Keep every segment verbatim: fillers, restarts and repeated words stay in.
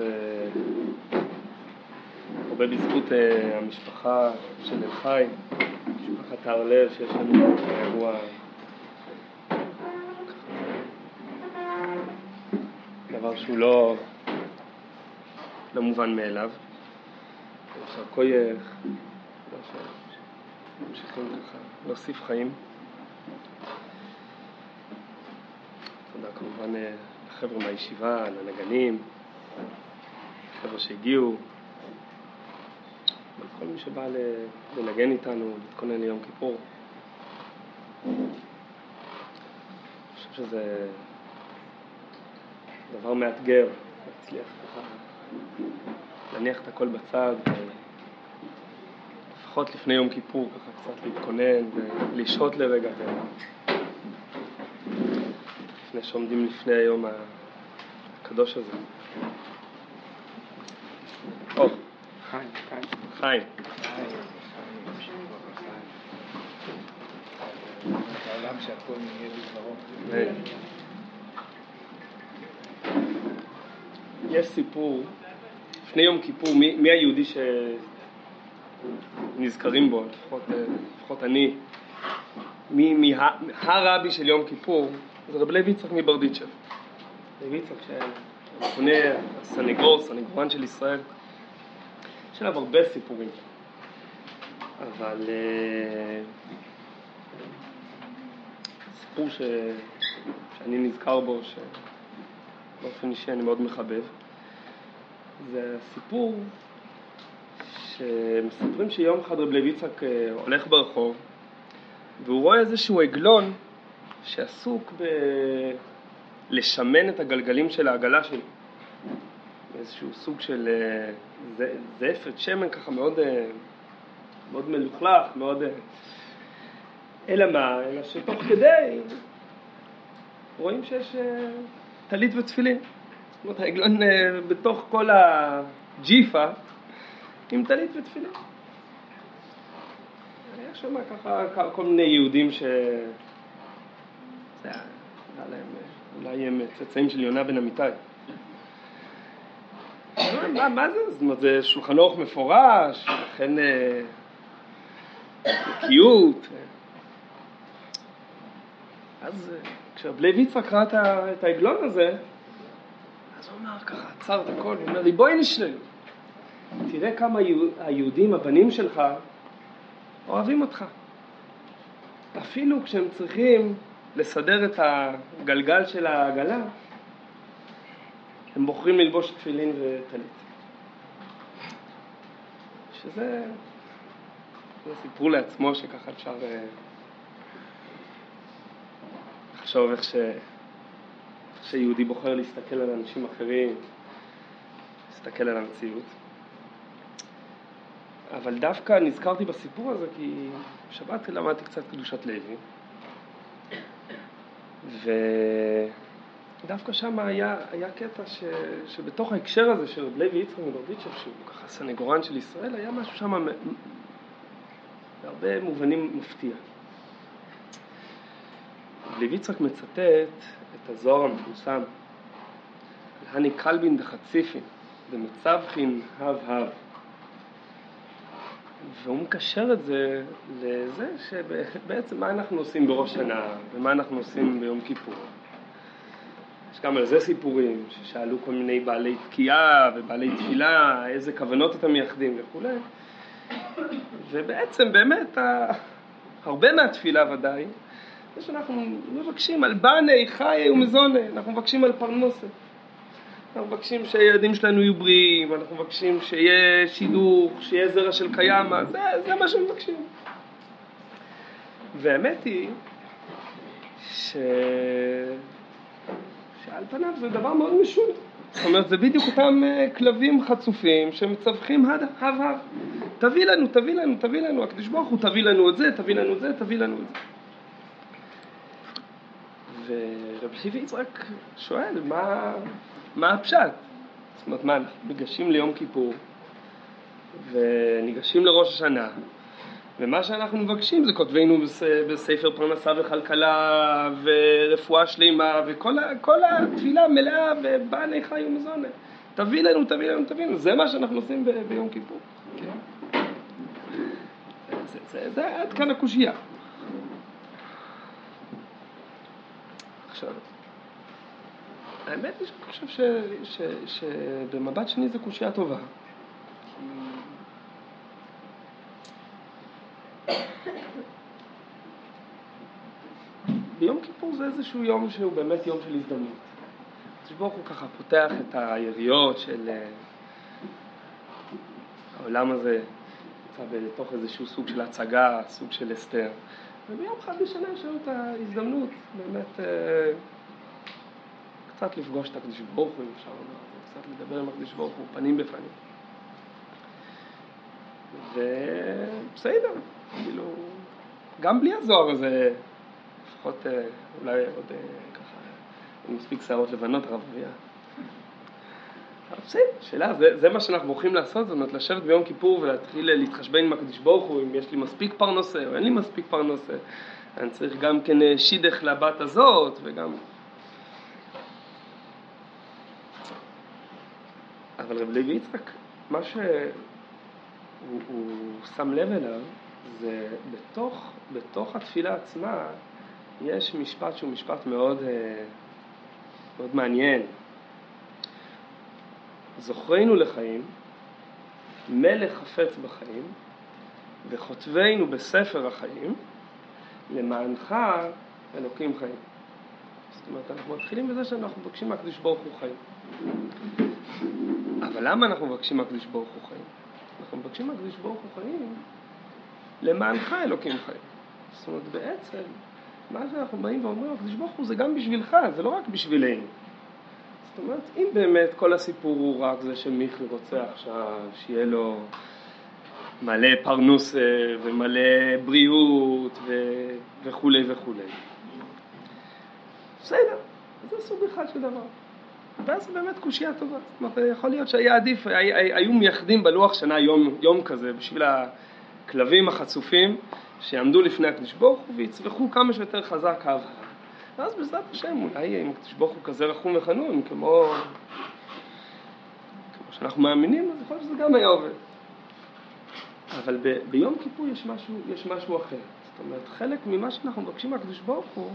זה הרבה בזכות המשפחה של אלחי, משפחת הרלב, שיש לנו אירוע דבר שהוא לא לא מובן מאליו. עכשיו כוייך ממשיכים ככה להוסיף חיים. תודה כמובן לחבר'ה מהישיבה, לנגנים, לחבר'ה שהגיעו, לכל מי שבא לנגן איתנו, להתכונן ליום כיפור. אני חושב שזה דבר מאתגר, להצליח ככה להניח את הכל בצד, לפחות לפני יום כיפור ככה קצת להתכונן ולשהות לרגע, לפני שעומדים לפני היום הקדוש הזה. או, חיים, חיים. חיים. העולם שהכל נהיה בדברו. יש סיפור, לפני יום כיפור, מי, מי היהודי שנזכרים בו, לפחות, לפחות אני, מי, מי הרבי של יום כיפור, זה רב לוי יצחק מברדיצ'ב. לוי יצחק שמכונה הסנגור, סנגורן של ישראל. יש עליו הרבה סיפורים, אבל uh, סיפור ש... שאני נזכר בו, שבאופן אישי אני מאוד מחבב, זה הסיפור שמספרים שיום אחד רב לוי יצחק uh, הולך ברחוב, והוא רואה איזשהו עגלון שעסוק ב... לשמן את הגלגלים של העגלה שלו. איזשהו סוג של uh, זפת, שמן ככה מאוד, uh, מאוד מלוכלך, מאוד... Uh, אלא מה? אלא שתוך כדי רואים שיש uh, טלית ותפילין. זאת אומרת, העגלון uh, בתוך כל הג'יפה עם טלית ותפילין. היה שם ככה כל מיני יהודים ש... זה היה להם, אולי הם צאצאים של יונה בן אמיתי. מה, מה זה? זאת אומרת, זה שולחן אורך מפורש, לכן נקיות. אז כשרב לוי יצחק ראה את העגלון הזה, אז הוא אמר ככה, עצר את הכל, הוא אומר לי, בואי נשלם. תראה כמה היהודים, הבנים שלך, אוהבים אותך. אפילו כשהם צריכים לסדר את הגלגל של העגלה, הם בוחרים ללבוש תפילין וטלית. שזה זה סיפור לעצמו שככה אפשר לחשוב איך ש... שיהודי בוחר להסתכל על אנשים אחרים, להסתכל על המציאות. אבל דווקא נזכרתי בסיפור הזה כי בשבת למדתי קצת קדושת לוי, ו... דווקא שם היה, היה קטע ש, שבתוך ההקשר הזה של רב לוי יצחק מברדיצ'ב, שהוא ככה סנגורן של ישראל, היה משהו שם בהרבה מובנים מפתיע. רב לוי יצחק מצטט את הזוהר המפורסם, הני קלבין דחציפין, דמצבחין הב הב. והוא מקשר את זה לזה שבעצם מה אנחנו עושים בראש שנה ומה אנחנו עושים ביום כיפור. יש גם על זה סיפורים, ששאלו כל מיני בעלי תקיעה ובעלי תפילה, איזה כוונות אתם מייחדים וכו'. ובעצם באמת, הרבה מהתפילה ודאי, זה שאנחנו מבקשים על בני, חיי ומזונה, אנחנו מבקשים על פרנסה. אנחנו מבקשים שהילדים שלנו יהיו בריאים, אנחנו מבקשים שיהיה שידוך, שיהיה זרע של קיימה, זה, זה מה שמבקשים. והאמת היא ש... שעל פניו זה דבר מאוד משון. זאת אומרת, זה בדיוק אותם כלבים חצופים שמצווחים הד, הב, הב. תביא לנו, תביא לנו, תביא לנו, הקדוש ברוך הוא תביא לנו את זה, תביא לנו את זה, תביא לנו את זה. ורב לוי יצחק שואל, מה, מה הפשט? זאת אומרת, מה, אנחנו ניגשים ליום כיפור וניגשים לראש השנה, ומה שאנחנו מבקשים זה כותבינו בספר פרנסה וכלכלה ורפואה שלמה וכל כל התפילה מלאה ובעלי חי ומזונה. תביא לנו, תביא לנו, תביא לנו. זה מה שאנחנו עושים ב- ביום כיפור. כן? זה, זה, זה עד כאן הקושייה. עכשיו, האמת היא שאני חושב ש, ש, שבמבט שני זה קושייה טובה. ביום כיפור זה איזשהו יום שהוא באמת יום של הזדמנות. הקדוש ברוך הוא ככה פותח את היריעות של העולם הזה, נמצא בתוך איזשהו סוג של הצגה, סוג של אסתר. וביום אחד בשנה יש לנו את ההזדמנות באמת אה, קצת לפגוש את הקדוש ברוך הוא, אם אפשר לומר, קצת לדבר עם הקדוש ברוך הוא, פנים בפנים. ובסדר, כאילו, גם בלי הזוהר הזה, לפחות אה, אולי עוד אה, ככה, עם מספיק שערות לבנות, הרב אביה. בסדר, שאלה, זה, זה מה שאנחנו הולכים לעשות, זאת אומרת, לשבת ביום כיפור ולהתחיל להתחשבן עם הקדוש ברוך הוא, אם יש לי מספיק פרנסה או אין לי מספיק פרנסה. אני צריך גם כן שידך לבת הזאת, וגם... אבל רב לוי יצחק, מה שהוא הוא שם לב אליו, זה בתוך, בתוך התפילה עצמה, יש משפט שהוא משפט מאוד, מאוד מעניין. זוכרנו לחיים, מלך חפץ בחיים, וכותבנו בספר החיים, למענך אלוקים חיים. זאת אומרת, אנחנו מתחילים בזה שאנחנו מבקשים מהקדוש ברוך הוא חיים. אבל למה אנחנו מבקשים מהקדוש ברוך הוא חיים? אנחנו מבקשים מהקדוש ברוך הוא חיים, למענך אלוקים חיים. זאת אומרת, בעצם, מה שאנחנו באים ואומרים, הקדוש ברוך הוא זה גם בשבילך, זה לא רק בשבילנו. זאת אומרת, אם באמת כל הסיפור הוא רק זה שמיכאל רוצה עכשיו, שיהיה לו מלא פרנוס ומלא בריאות ו... וכו' וכו'. בסדר, זה סוג אחד של דבר. ואז זה באמת קושייה טובה. זאת אומרת, יכול להיות שהיה עדיף, היו מייחדים בלוח שנה יום, יום כזה, בשביל הכלבים החצופים שיעמדו לפני הקדוש ברוך הוא ויצווחו כמה שיותר חזק ההבהרה. ואז בעזרת השם, אולי אם הקדוש ברוך הוא כזה רחום וחנון, כמו, כמו שאנחנו מאמינים, אז יכול להיות שזה גם היה עובד. אבל ב, ביום כיפור יש משהו, יש משהו אחר. זאת אומרת, חלק ממה שאנחנו מבקשים מהקדוש ברוך הוא,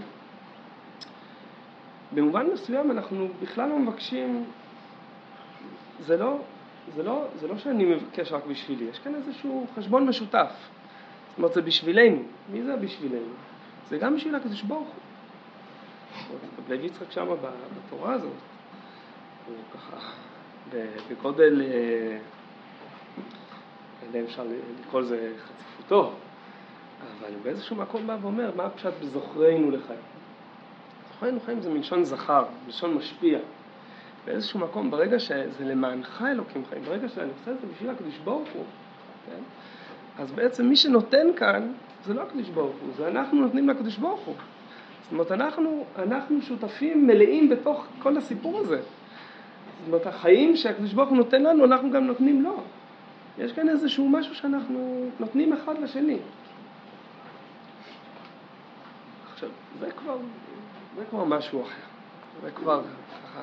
במובן מסוים אנחנו בכלל לא מבקשים, זה לא, זה לא, זה לא שאני מבקש רק בשבילי, יש כאן איזשהו חשבון משותף. זאת אומרת, זה בשבילנו. מי זה בשבילנו? זה גם בשביל הקדוש ברוך הוא. רב לוי יצחק שם בתורה הזאת, הוא ככה בגודל, לא אפשר לקרוא לזה חציפותו, אבל הוא באיזשהו מקום בא ואומר, מה הפשט בזוכרנו לחיים? זוכרנו חיים זה מלשון זכר, מלשון משפיע. באיזשהו מקום, ברגע שזה למענך אלוקים חיים, ברגע שאני עושה את זה בשביל הקדוש ברוך הוא, כן? אז בעצם מי שנותן כאן, זה לא הקדוש ברוך הוא, זה אנחנו נותנים לקדוש ברוך הוא. זאת אומרת, אנחנו, אנחנו שותפים מלאים בתוך כל הסיפור הזה. זאת אומרת, החיים שהקדוש ברוך הוא נותן לנו, אנחנו גם נותנים לו. יש כאן איזשהו משהו שאנחנו נותנים אחד לשני. עכשיו, זה כבר, זה כבר משהו אחר. זה כבר ככה,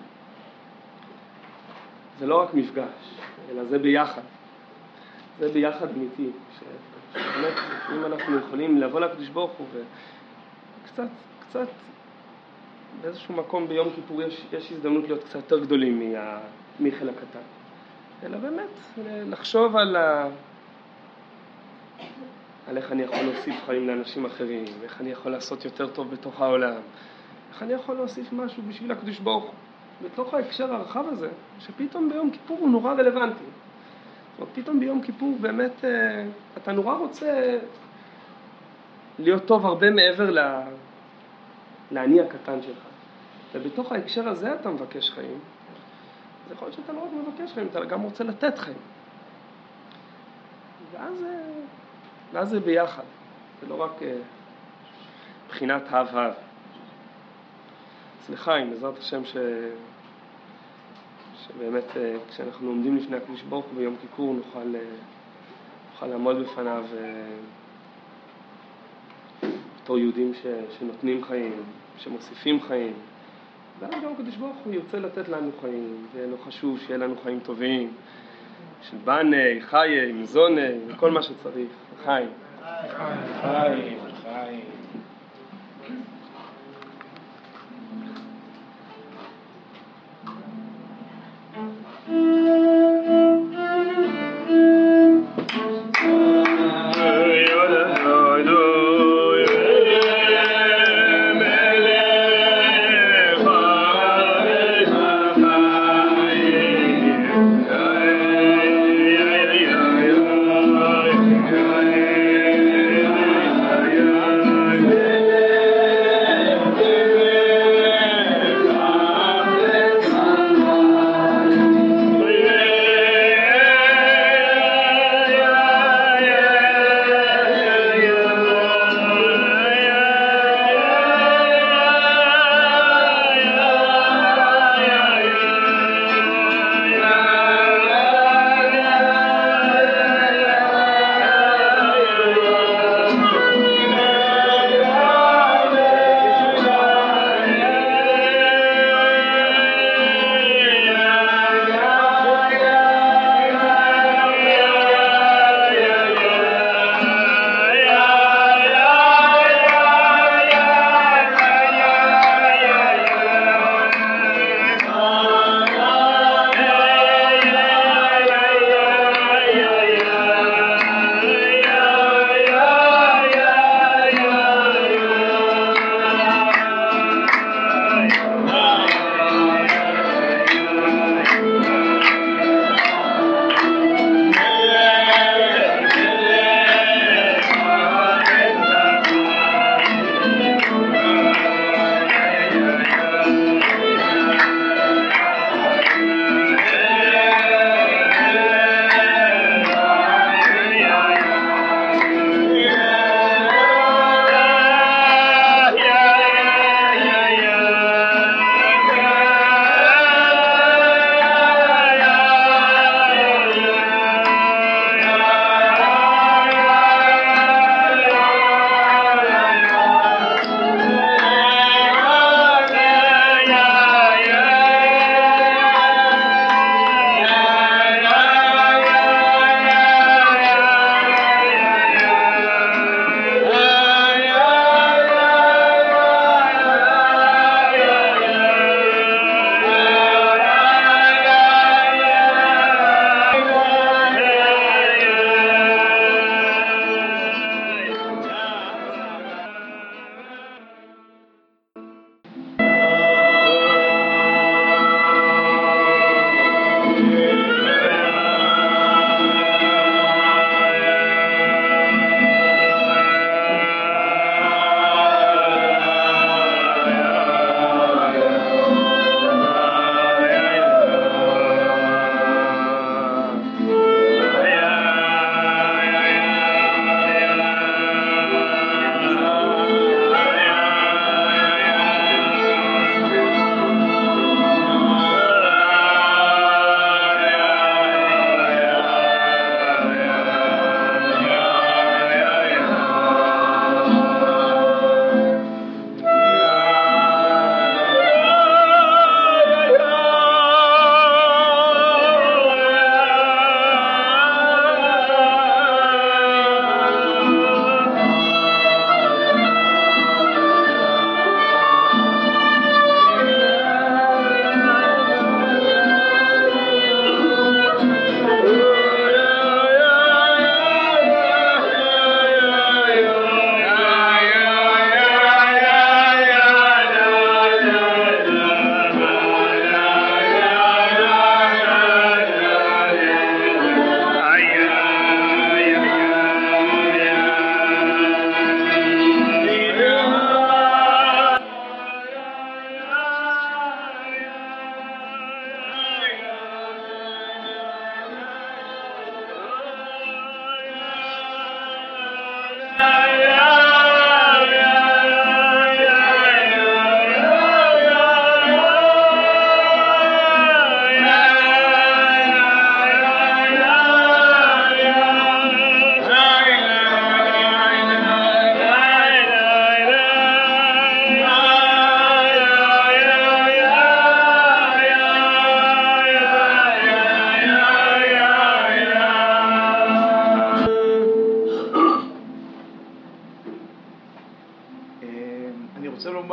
זה לא רק מפגש, אלא זה ביחד. זה ביחד אמיתי. שבאמת, אם אנחנו יכולים לבוא לקדוש ברוך הוא וקצת, קצת, באיזשהו מקום ביום כיפור יש, יש הזדמנות להיות קצת יותר גדולים מהמיכל הקטן. אלא באמת, לחשוב על, ה... על איך אני יכול להוסיף חיים לאנשים אחרים, איך אני יכול לעשות יותר טוב בתוך העולם, איך אני יכול להוסיף משהו בשביל הקדוש ברוך הוא. בתוך ההקשר הרחב הזה, שפתאום ביום כיפור הוא נורא רלוונטי. זאת אומרת, פתאום ביום כיפור באמת, אתה נורא רוצה להיות טוב הרבה מעבר ל... לעני הקטן שלך. ובתוך ההקשר הזה אתה מבקש חיים. זה יכול להיות שאתה לא רק מבקש חיים, אתה גם רוצה לתת חיים. ואז, ואז זה ביחד. זה לא רק בחינת הב-הב. סליחה, עם בעזרת השם ש... שבאמת כשאנחנו עומדים לפני הקדוש ברוך הוא ביום כיפור נוכל, נוכל לעמוד בפניו בתור יהודים ש... שנותנים חיים, שמוסיפים חיים, ואז גם הקדוש ברוך הוא ירצה לתת לנו חיים, ויהיה לו חשוב שיהיה לנו חיים טובים, של בני, חיי, מזוני, וכל מה שצריך. חיים. חיים, חיים.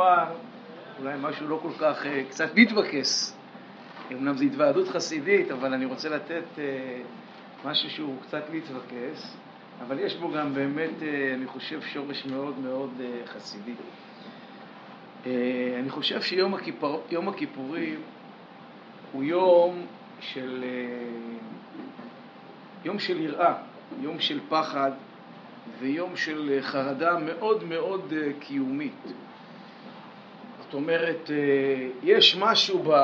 לומר אולי משהו לא כל כך, קצת מתבקס. אמנם זו התוועדות חסידית, אבל אני רוצה לתת משהו שהוא קצת מתבקס, אבל יש בו גם באמת, אני חושב, שורש מאוד מאוד חסידי. אני חושב שיום הכיפור, יום הכיפורים הוא יום של, יום של יראה, יום של פחד ויום של חרדה מאוד מאוד קיומית. זאת אומרת, יש משהו ב...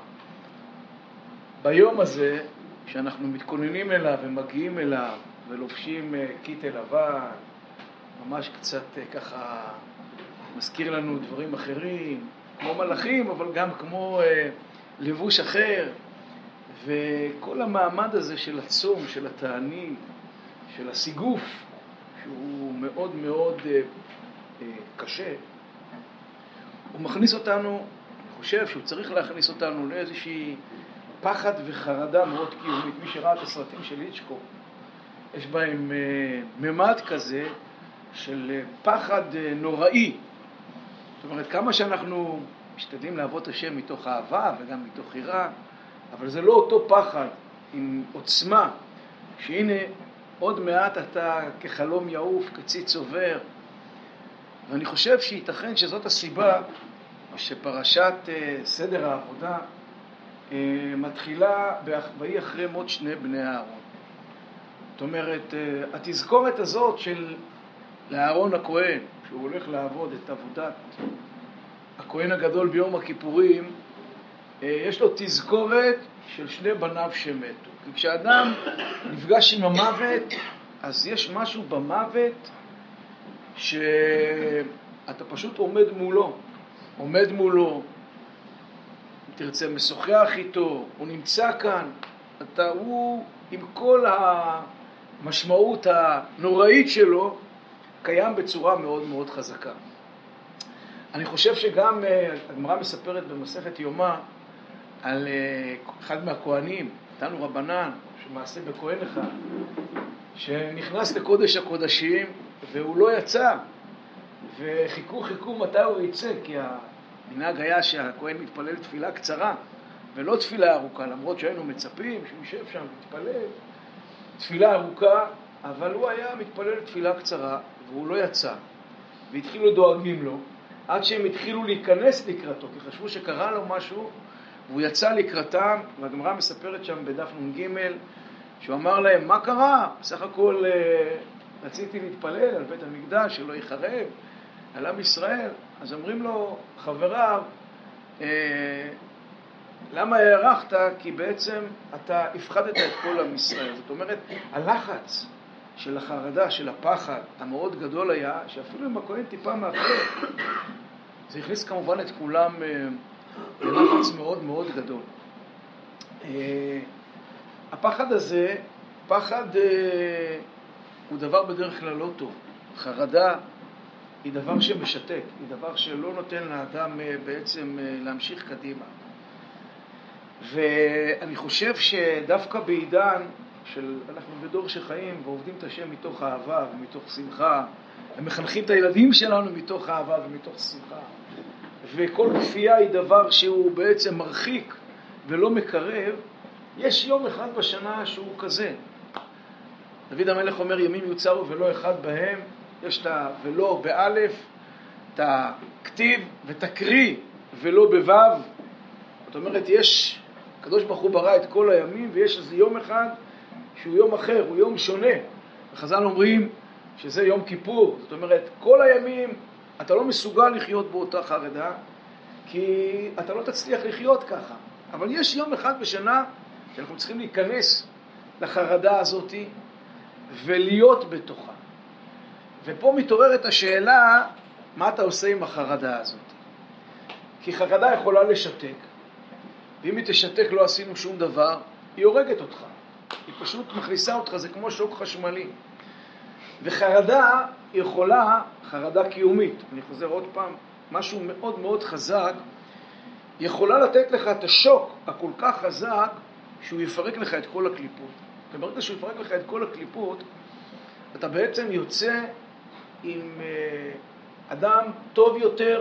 ביום הזה שאנחנו מתכוננים אליו ומגיעים אליו ולובשים קיטל לבן, ממש קצת ככה מזכיר לנו דברים אחרים, כמו מלאכים, אבל גם כמו לבוש אחר, וכל המעמד הזה של הצום, של התענית, של הסיגוף, שהוא מאוד מאוד קשה, הוא מכניס אותנו, אני חושב שהוא צריך להכניס אותנו לאיזושהי פחד וחרדה מאוד קיומית. מי שראה את הסרטים של היצ'קוק, יש בהם ממד כזה של פחד נוראי. זאת אומרת, כמה שאנחנו משתדלים לעבוד השם מתוך אהבה וגם מתוך יראה, אבל זה לא אותו פחד עם עוצמה, שהנה עוד מעט אתה כחלום יעוף, כציץ עובר. ואני חושב שייתכן שזאת הסיבה שפרשת סדר העבודה מתחילה ויהי אחרי מות שני בני אהרון. זאת אומרת, התזכורת הזאת של לאהרון הכהן, שהוא הולך לעבוד את עבודת הכהן הגדול ביום הכיפורים, יש לו תזכורת של שני בניו שמתו. כי כשאדם נפגש עם המוות, אז יש משהו במוות שאתה פשוט עומד מולו, עומד מולו, תרצה משוחח איתו, הוא נמצא כאן, אתה, הוא עם כל המשמעות הנוראית שלו, קיים בצורה מאוד מאוד חזקה. אני חושב שגם הגמרא מספרת במסכת יומא על אחד מהכהנים, תנו רבנן, שמעשה בכהן אחד, שנכנס לקודש הקודשים והוא לא יצא, וחיכו חיכו מתי הוא יצא, כי המנהג היה שהכהן מתפלל תפילה קצרה ולא תפילה ארוכה, למרות שהיינו מצפים שהוא יישב שם מתפלל תפילה ארוכה, אבל הוא היה מתפלל תפילה קצרה והוא לא יצא, והתחילו דואגים לו עד שהם התחילו להיכנס לקראתו, כי חשבו שקרה לו משהו, והוא יצא לקראתם. והגמרא מספרת שם בדף נ"ג שהוא אמר להם, מה קרה? בסך הכל רציתי להתפלל על בית המקדש שלא יחרב, על עם ישראל. אז אומרים לו חבריו, למה הערכת? כי בעצם אתה הפחדת את כל עם ישראל. זאת אומרת, הלחץ של החרדה, של הפחד המאוד גדול היה, שאפילו אם הכהן טיפה מאחר, זה הכניס כמובן את כולם ללחץ מאוד מאוד גדול. הפחד הזה, פחד הוא דבר בדרך כלל לא טוב. חרדה היא דבר שמשתק, היא דבר שלא נותן לאדם בעצם להמשיך קדימה. ואני חושב שדווקא בעידן של, אנחנו בדור שחיים ועובדים את השם מתוך אהבה ומתוך שמחה, ומחנכים את הילדים שלנו מתוך אהבה ומתוך שמחה, וכל כפייה היא דבר שהוא בעצם מרחיק ולא מקרב. יש יום אחד בשנה שהוא כזה. דוד המלך אומר, ימים יוצרו ולא אחד בהם. יש את ולא באלף, את הכתיב ותקריא ולא בוו. זאת אומרת, יש, הקדוש ברוך הוא ברא את כל הימים, ויש איזה יום אחד שהוא יום אחר, הוא יום שונה. וחז"ל אומרים שזה יום כיפור. זאת אומרת, כל הימים אתה לא מסוגל לחיות באותה חרדה, כי אתה לא תצליח לחיות ככה. אבל יש יום אחד בשנה שאנחנו צריכים להיכנס לחרדה הזאת ולהיות בתוכה. ופה מתעוררת השאלה, מה אתה עושה עם החרדה הזאת? כי חרדה יכולה לשתק, ואם היא תשתק לא עשינו שום דבר, היא הורגת אותך. היא פשוט מכניסה אותך, זה כמו שוק חשמלי. וחרדה יכולה, חרדה קיומית, אני חוזר עוד פעם, משהו מאוד מאוד חזק, יכולה לתת לך את השוק הכל כך חזק, שהוא יפרק לך את כל הקליפות. וברגע שהוא יפרק לך את כל הקליפות, אתה בעצם יוצא עם אדם טוב יותר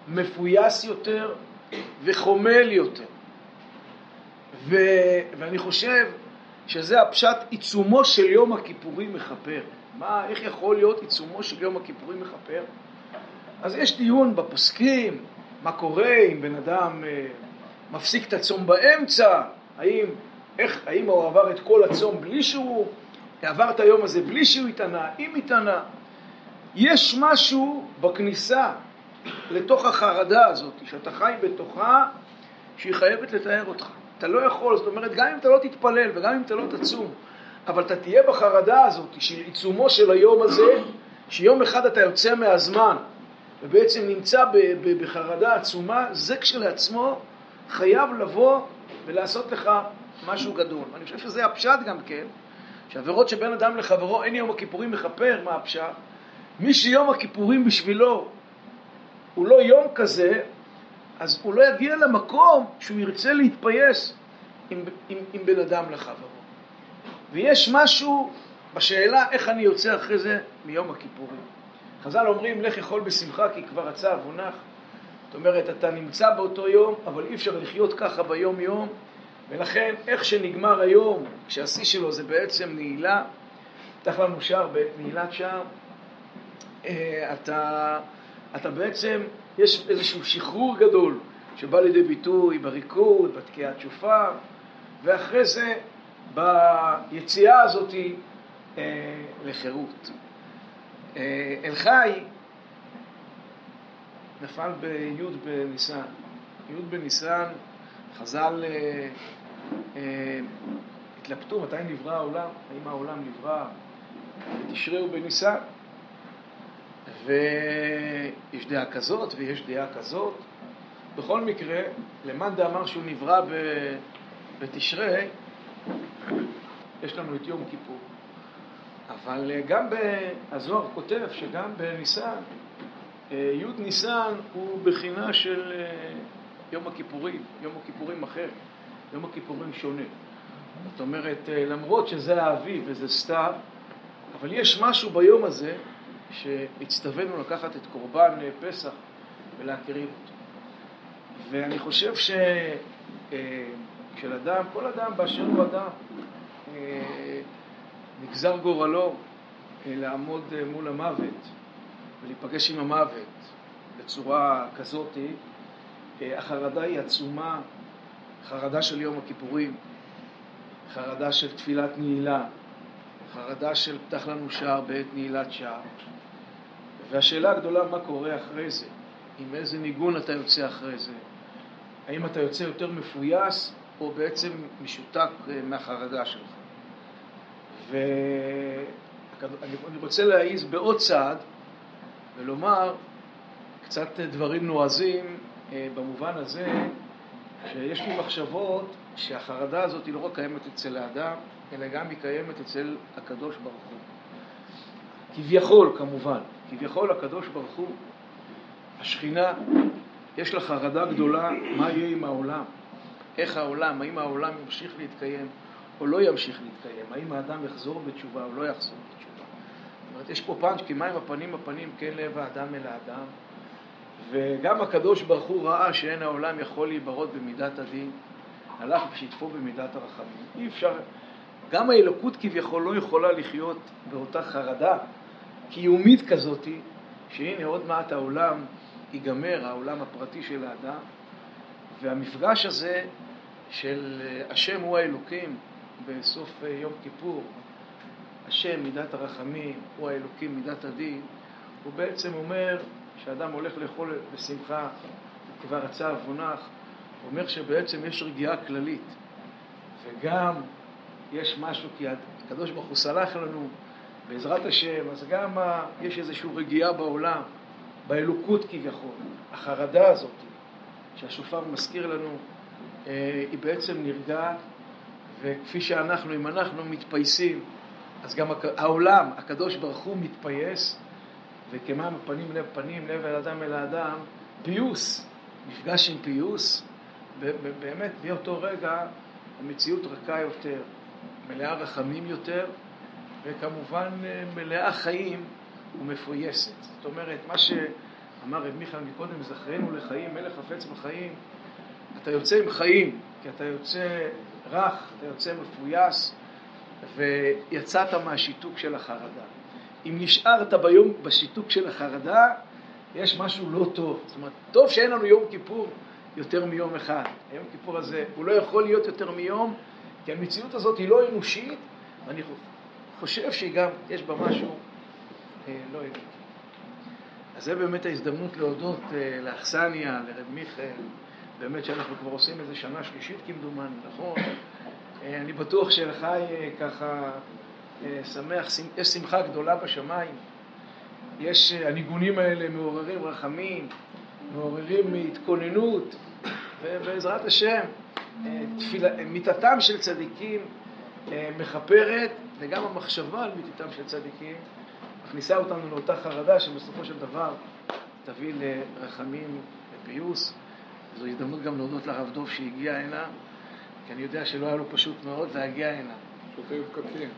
מפויס יותר וחומל יותר. ו... ואני חושב שזה הפשט עיצומו של יום הכיפורים מכפר. מה, איך יכול להיות עיצומו של יום הכיפורים מכפר? אז יש דיון בפוסקים, מה קורה אם בן אדם אה, מפסיק את הצום באמצע, האם, איך, האם הוא עבר את כל הצום בלי שהוא, עבר את היום הזה בלי שהוא התענה, אם התענה. יש משהו בכניסה לתוך החרדה הזאת, שאתה חי בתוכה, שהיא חייבת לתאר אותך. אתה לא יכול, זאת אומרת, גם אם אתה לא תתפלל וגם אם אתה לא תצום, אבל אתה תהיה בחרדה הזאת, של עיצומו של היום הזה, שיום אחד אתה יוצא מהזמן, ובעצם נמצא בחרדה עצומה, זה כשלעצמו חייב לבוא ולעשות לך משהו גדול. אני חושב שזה הפשט גם כן, שעבירות שבין אדם לחברו, אין יום הכיפורים מכפר, מה הפשט? מי שיום הכיפורים בשבילו הוא לא יום כזה, אז הוא לא יגיע למקום שהוא ירצה להתפייס עם, עם, עם בן אדם לחברו. ויש משהו בשאלה איך אני יוצא אחרי זה מיום הכיפורים. חז"ל אומרים, לך יכול בשמחה כי כבר הצו הונח. זאת אומרת, אתה נמצא באותו יום, אבל אי אפשר לחיות ככה ביום יום, ולכן איך שנגמר היום, כשהשיא שלו זה בעצם נעילה, פתח לנו שער בנעילת שער, אתה, אתה בעצם, יש איזשהו שחרור גדול שבא לידי ביטוי בריקוד, בתקיעת שופר, ואחרי זה ביציאה הזאת אה, לחירות. אה, אל חי נפל ביוד בניסן. יוד בניסן, חז"ל אה, אה, התלבטו מתי נברא העולם, האם העולם נברא בתשרי ובניסן. ויש דעה כזאת ויש דעה כזאת. בכל מקרה, למאן דאמר שהוא נברא בתשרי, יש לנו את יום כיפור. אבל גם הזוהר כותב שגם בניסן, י' ניסן הוא בחינה של יום הכיפורים, יום הכיפורים אחר, יום הכיפורים שונה. זאת אומרת, למרות שזה האביב וזה סתיו, אבל יש משהו ביום הזה שהצטווינו לקחת את קורבן פסח ולהקריב אותו. ואני חושב שכשאדם, כל אדם באשר הוא אדם, נגזר גורלו לעמוד מול המוות ולהיפגש עם המוות בצורה כזאת, החרדה היא עצומה, חרדה של יום הכיפורים, חרדה של תפילת נעילה, חרדה של פתח לנו שער בעת נעילת שער. והשאלה הגדולה, מה קורה אחרי זה? עם איזה ניגון אתה יוצא אחרי זה? האם אתה יוצא יותר מפויס או בעצם משותק מהחרדה שלך? ואני רוצה להעיז בעוד צעד ולומר קצת דברים נועזים במובן הזה שיש לי מחשבות שהחרדה הזאת היא לא רק קיימת אצל האדם, אלא גם היא קיימת אצל הקדוש ברוך הוא. כביכול כמובן, כביכול הקדוש ברוך הוא, השכינה, יש לה חרדה גדולה, מה יהיה עם העולם? איך העולם, האם העולם ימשיך להתקיים או לא ימשיך להתקיים? האם האדם יחזור בתשובה או לא יחזור בתשובה? זאת אומרת, יש פה פאנץ' כי מים הפנים הפנים, כן לב האדם אל האדם. וגם הקדוש ברוך הוא ראה שאין העולם יכול להיברות במידת הדין, הלך ושיתפו במידת הרחמים. אי אפשר, גם האלוקות כביכול לא יכולה לחיות באותה חרדה קיומית כזאת, שהנה עוד מעט העולם ייגמר, העולם הפרטי של האדם, והמפגש הזה של השם הוא האלוקים בסוף יום כיפור, השם מידת הרחמים הוא האלוקים מידת הדין, הוא בעצם אומר שאדם הולך לאכול בשמחה כבר הצו הונח, הוא אומר שבעצם יש רגיעה כללית וגם יש משהו, כי הקדוש ברוך הוא סלח לנו בעזרת השם, אז גם יש איזושהי רגיעה בעולם, באלוקות כביכול. החרדה הזאת שהשופר מזכיר לנו היא בעצם נרגעת, וכפי שאנחנו, אם אנחנו מתפייסים, אז גם העולם, הקדוש ברוך הוא מתפייס, וכמה פנים לב פנים, לב אל אדם אל האדם, פיוס, מפגש עם פיוס, באמת באותו רגע המציאות רכה יותר, מלאה רחמים יותר, וכמובן מלאה חיים ומפויסת. זאת אומרת, מה, ש, אמר רב מיכאל מקודם, זכרנו לחיים, מלך חפץ בחיים. אתה יוצא עם חיים, כי אתה יוצא רך, אתה יוצא מפויס, ויצאת מהשיתוק של החרדה. אם נשארת ביום בשיתוק של החרדה, יש משהו לא טוב. זאת אומרת, טוב שאין לנו יום כיפור יותר מיום אחד. היום כיפור הזה, הוא לא יכול להיות יותר מיום, כי המציאות הזאת היא לא אנושית, ואני חושב שגם יש בה משהו אה, לא אנושי. אז זה באמת ההזדמנות להודות אה, לאכסניה, לרב מיכאל, באמת שאנחנו כבר עושים איזה שנה שלישית כמדומני, נכון? אה, אני בטוח שלך אה, ככה אה, שמח, יש שמחה גדולה בשמיים. יש, אה, הניגונים האלה מעוררים רחמים, מעוררים התכוננות, ובעזרת השם, אה, תפילה, מיתתם של צדיקים אה, מחפרת, וגם המחשבה על מיתתם של צדיקים מכניסה אותנו לאותה חרדה שבסופו של דבר תביא לרחמים ופיוס. זו הזדמנות גם להודות לרב דוב שהגיע הנה, כי אני יודע שלא היה לו פשוט מאוד להגיע הנה. פשוט היו פקקים.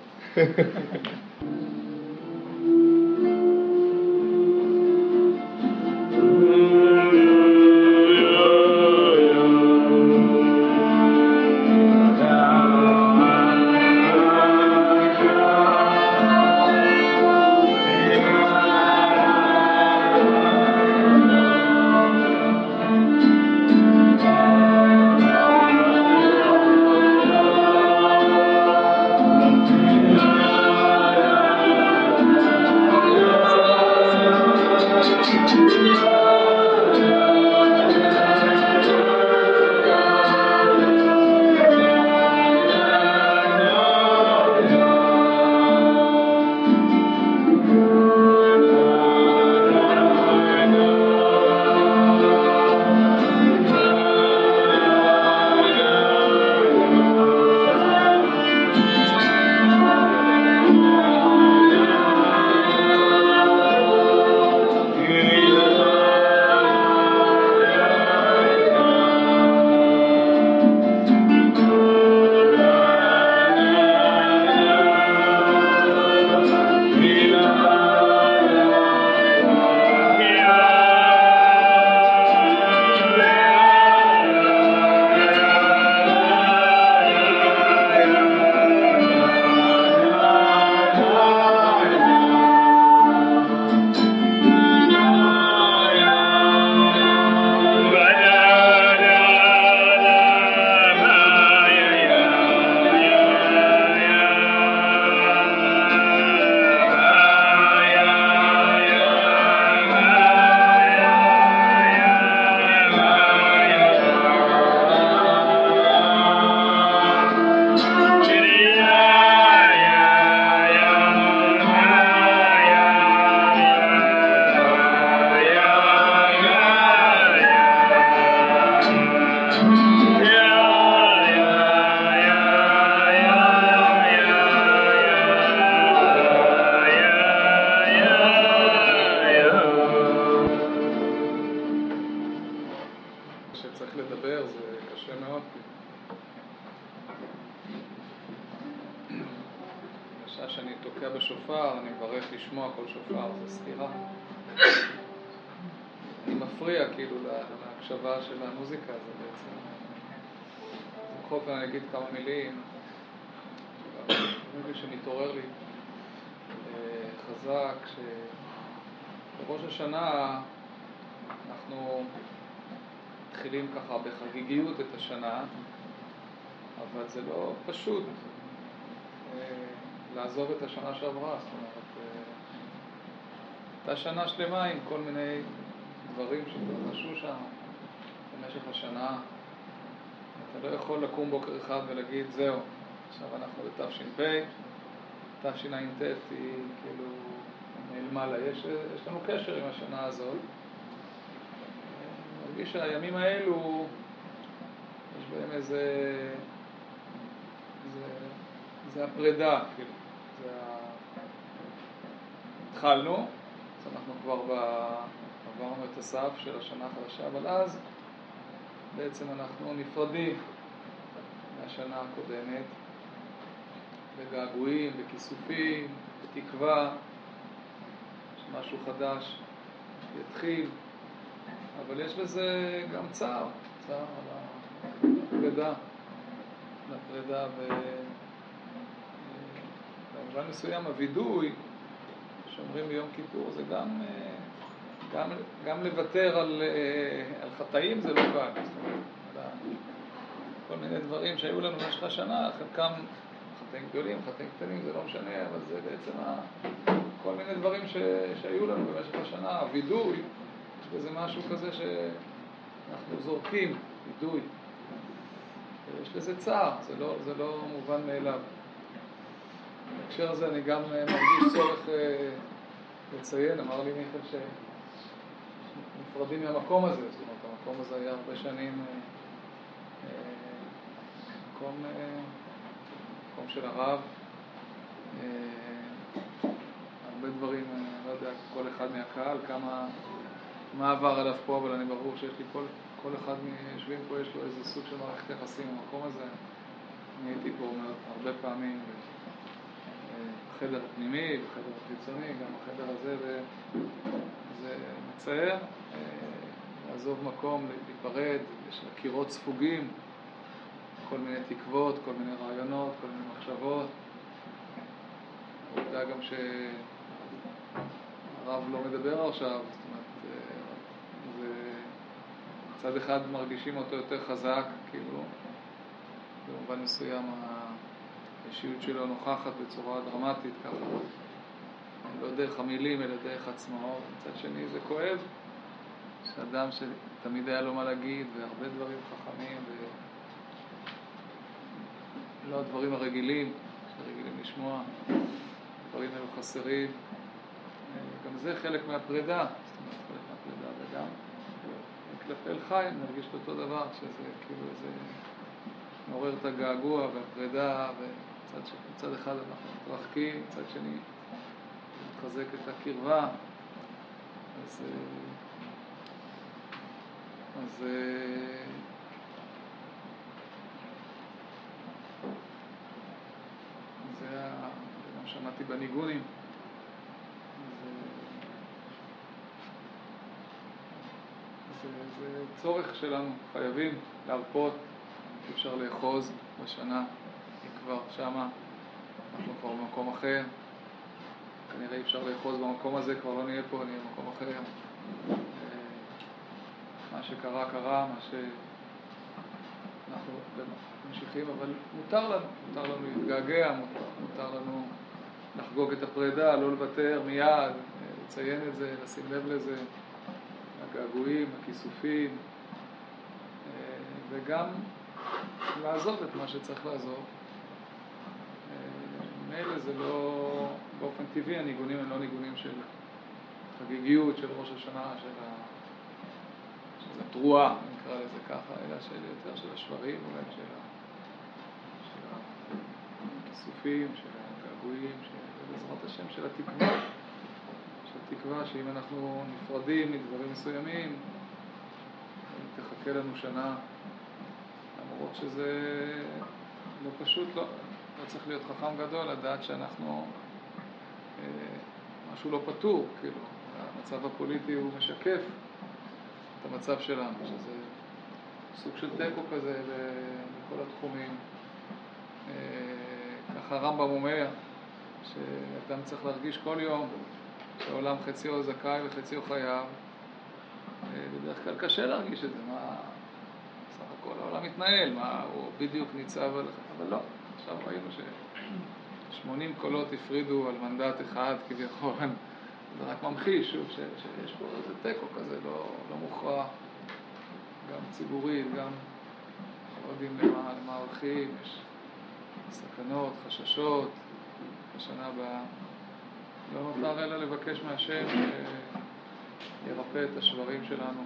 כמה מילים, רגע שמתעורר לי חזק, שבראש השנה אנחנו מתחילים ככה בחגיגיות את השנה, אבל זה לא פשוט לעזוב את השנה שעברה. זאת אומרת, הייתה שנה שלמה עם כל מיני דברים שהתרחשו שם במשך השנה. אתה לא יכול לקום בוקר אחד ולהגיד, זהו, עכשיו אנחנו בתש"פ, תשע"ט היא כאילו נעלמה לה, יש, יש לנו קשר עם השנה הזאת. אני מרגיש שהימים האלו, יש בהם איזה, זה, זה הפרידה, כאילו, זה ה... התחלנו, אז אנחנו כבר עברנו את הסף של השנה החדשה, אבל אז בעצם אנחנו נפרדים מהשנה הקודמת, בגעגועים, בכיסופים, בתקווה שמשהו חדש יתחיל. אבל יש בזה גם צער, צער על הפרידה, לפרידה, ובמובן מסוים הווידוי שאומרים ביום כיפור זה גם, גם, גם לוותר על, על חטאים זה לא קל, כל מיני דברים שהיו לנו במשך השנה, חלקם חטאים גדולים, חטאים קטנים, זה לא משנה, אבל זה בעצם ה... כל מיני דברים ש... שהיו לנו במשך השנה, הווידוי, יש בזה משהו כזה שאנחנו זורקים, וידוי. יש לזה צער, זה לא, זה לא מובן מאליו. בהקשר הזה אני גם מרגיש צורך לציין, אמר לי מיכל שנפרדים מהמקום הזה, זאת אומרת, המקום הזה היה הרבה שנים מקום, מקום של הרב, הרבה דברים, אני לא יודע, כל אחד מהקהל, כמה, מה עבר עליו פה, אבל אני ברור שיש לי כל, כל אחד מיושבים פה, יש לו איזה סוג של מערכת יחסים במקום הזה. אני הייתי פה הרבה פעמים בחדר הפנימי, בחדר החיצוני, גם בחדר הזה, וזה מצער, לעזוב מקום, להיפרד, יש קירות ספוגים, כל מיני תקוות, כל מיני רעיונות, כל מיני מחשבות. העובדה גם שהרב לא מדבר עכשיו, זאת אומרת, מצד אחד מרגישים אותו יותר חזק, כאילו, במובן מסוים האישיות שלו נוכחת בצורה דרמטית, ככה, לא דרך המילים, אלא דרך עצמו. מצד שני זה כואב, שאדם שתמיד היה לו מה להגיד, והרבה דברים חכמים, ולא הדברים הרגילים, שרגילים לשמוע, דברים אלו חסרים. גם זה חלק מהפרידה, זאת אומרת, חלק מהפרידה, וגם כלפי אל חיים נרגיש אותו דבר, שזה כאילו איזה מעורר את הגעגוע והפרידה, ומצד אחד אנחנו מתרחקים, מצד שני מתחזק את הקרבה. אז אז זה גם שמעתי בניגונים. זה, זה צורך שלנו, חייבים להרפות, אי אפשר לאחוז בשנה, היא כבר שמה, אנחנו כבר במקום אחר, כנראה אי אפשר לאחוז במקום הזה, כבר לא נהיה פה, נהיה במקום אחר. מה שקרה קרה, מה שאנחנו ממשיכים, אבל מותר לנו, מותר לנו להתגעגע, מותר, מותר לנו לחגוג את הפרידה, לא לוותר מיד, לציין את זה, לשים לב לזה. הגעגועים, הכיסופים, וגם לעזוב את מה שצריך לעזוב. מילא זה לא, באופן טבעי, הניגונים הם לא ניגונים של חגיגיות, של ראש השנה, של, ה, של התרועה, נקרא לזה ככה, אלא של יותר של השברים, אולי של, ה, של הכיסופים, של הגעגועים, של, בעזרת השם, של התקווה. תקווה שאם אנחנו נפרדים מדברים מסוימים, תחכה לנו שנה, למרות שזה לא פשוט, לא, לא צריך להיות חכם גדול, לדעת שאנחנו, אה, משהו לא פתור, כאילו, המצב הפוליטי הוא משקף את המצב שלנו, שזה סוג של טקו כזה בכל התחומים. אה, ככה הרמב"ם אומר, שאדם צריך להרגיש כל יום, שהעולם חציו זכאי וחציו חייב. בדרך כלל קשה להרגיש את זה, מה סך הכל העולם מתנהל, מה הוא בדיוק ניצב, אבל לא. עכשיו ראינו ש-שמונים קולות הפרידו על מנדט אחד כביכול, זה רק ממחיש שוב שיש פה איזה טקו כזה, לא, לא מוכרע, גם ציבורית, גם לא יודעים למה, למה הולכים, יש סכנות, חששות, בשנה הבאה. לא נותר אלא לבקש מהשם שירפא את השברים שלנו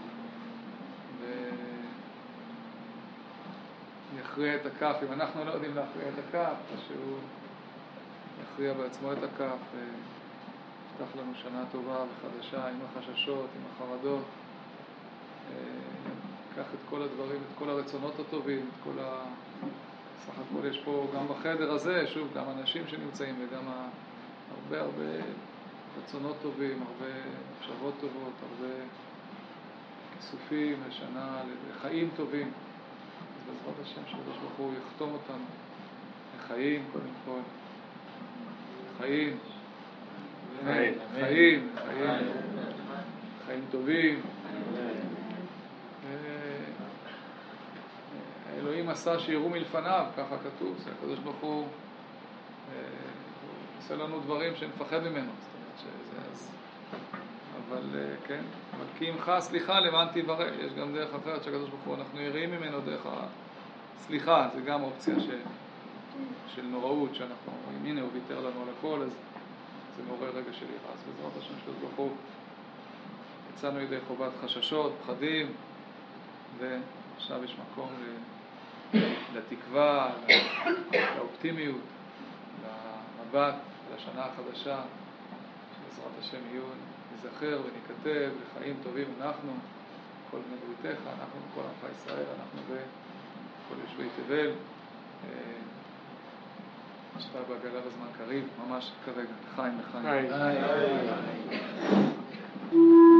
ויכריע את הכף. אם אנחנו לא יודעים להכריע את הכף, אז שהוא יכריע בעצמו את הכף ויפתח לנו שנה טובה וחדשה עם החששות, עם החרדות. קח את כל הדברים, את כל הרצונות הטובים, את כל ה... סך הכל יש פה גם בחדר הזה, שוב, גם אנשים שנמצאים וגם ה... הרבה הרבה רצונות טובים, הרבה מחשבות טובות, הרבה כיסופים לשנה, לחיים טובים. אז בעזרת השם שהקדוש ברוך הוא יחתום אותנו לחיים קודם כל. חיים. חיים. חיים. חיים. חיים טובים. אלוהים עשה שיראו מלפניו, ככה כתוב, זה הקדוש ברוך הוא עושה לנו דברים שנפחד ממנו, זאת אומרת שזה אז, אבל כן, אבל כי עמך סליחה למען תיברא, יש גם דרך אחרת שהקדוש ברוך הוא, אנחנו יראים ממנו דרך הסליחה, זה גם אופציה ש, של נוראות, שאנחנו אומרים, הנה הוא ויתר לנו על הכל, אז זה מעורר רגע של יראה, אז בעזרת השם שהקדוש ברוך הוא יצאנו ידי חובת חששות, פחדים, ועכשיו יש מקום לתקווה, לאופטימיות, למבט, לשנה החדשה, שבעזרת השם יהיו נזכר וניכתב לחיים טובים אנחנו, כל בני בריתך, אנחנו כל עמך ישראל, אנחנו וכל יושבי תבל, שאתה בעגלה בזמן קריב, ממש כרגע, לחיים לחיים.